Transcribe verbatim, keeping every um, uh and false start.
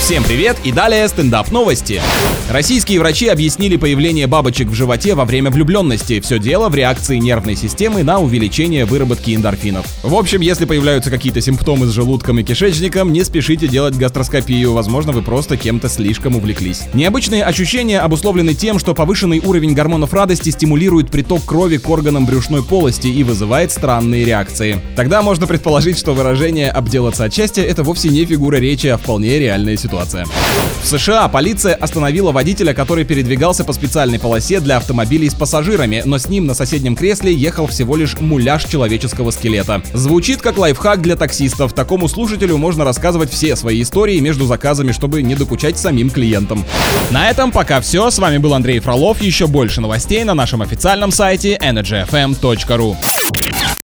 Всем привет и далее стендап новости. Российские врачи объяснили появление бабочек в животе во время влюбленности. Все дело в реакции нервной системы на увеличение выработки эндорфинов. В общем, если появляются какие-то симптомы с желудком и кишечником, не спешите делать гастроскопию, возможно, вы просто кем-то слишком увлеклись. Необычные ощущения обусловлены тем, что повышенный уровень гормонов радости стимулирует приток крови к органам брюшной полости и вызывает странные реакции. Тогда можно предположить, что выражение «обделаться от счастья» — это вовсе не фигура речи, а вполне реальная ситуация. В США полиция остановила водителя, который передвигался по специальной полосе для автомобилей с пассажирами, но с ним на соседнем кресле ехал всего лишь муляж человеческого скелета. Звучит как лайфхак для таксистов. Такому слушателю можно рассказывать все свои истории между заказами, чтобы не докучать самим клиентам. На этом пока все. С вами был Андрей Фролов. Еще больше новостей на нашем официальном сайте энерджи эф эм точка ру.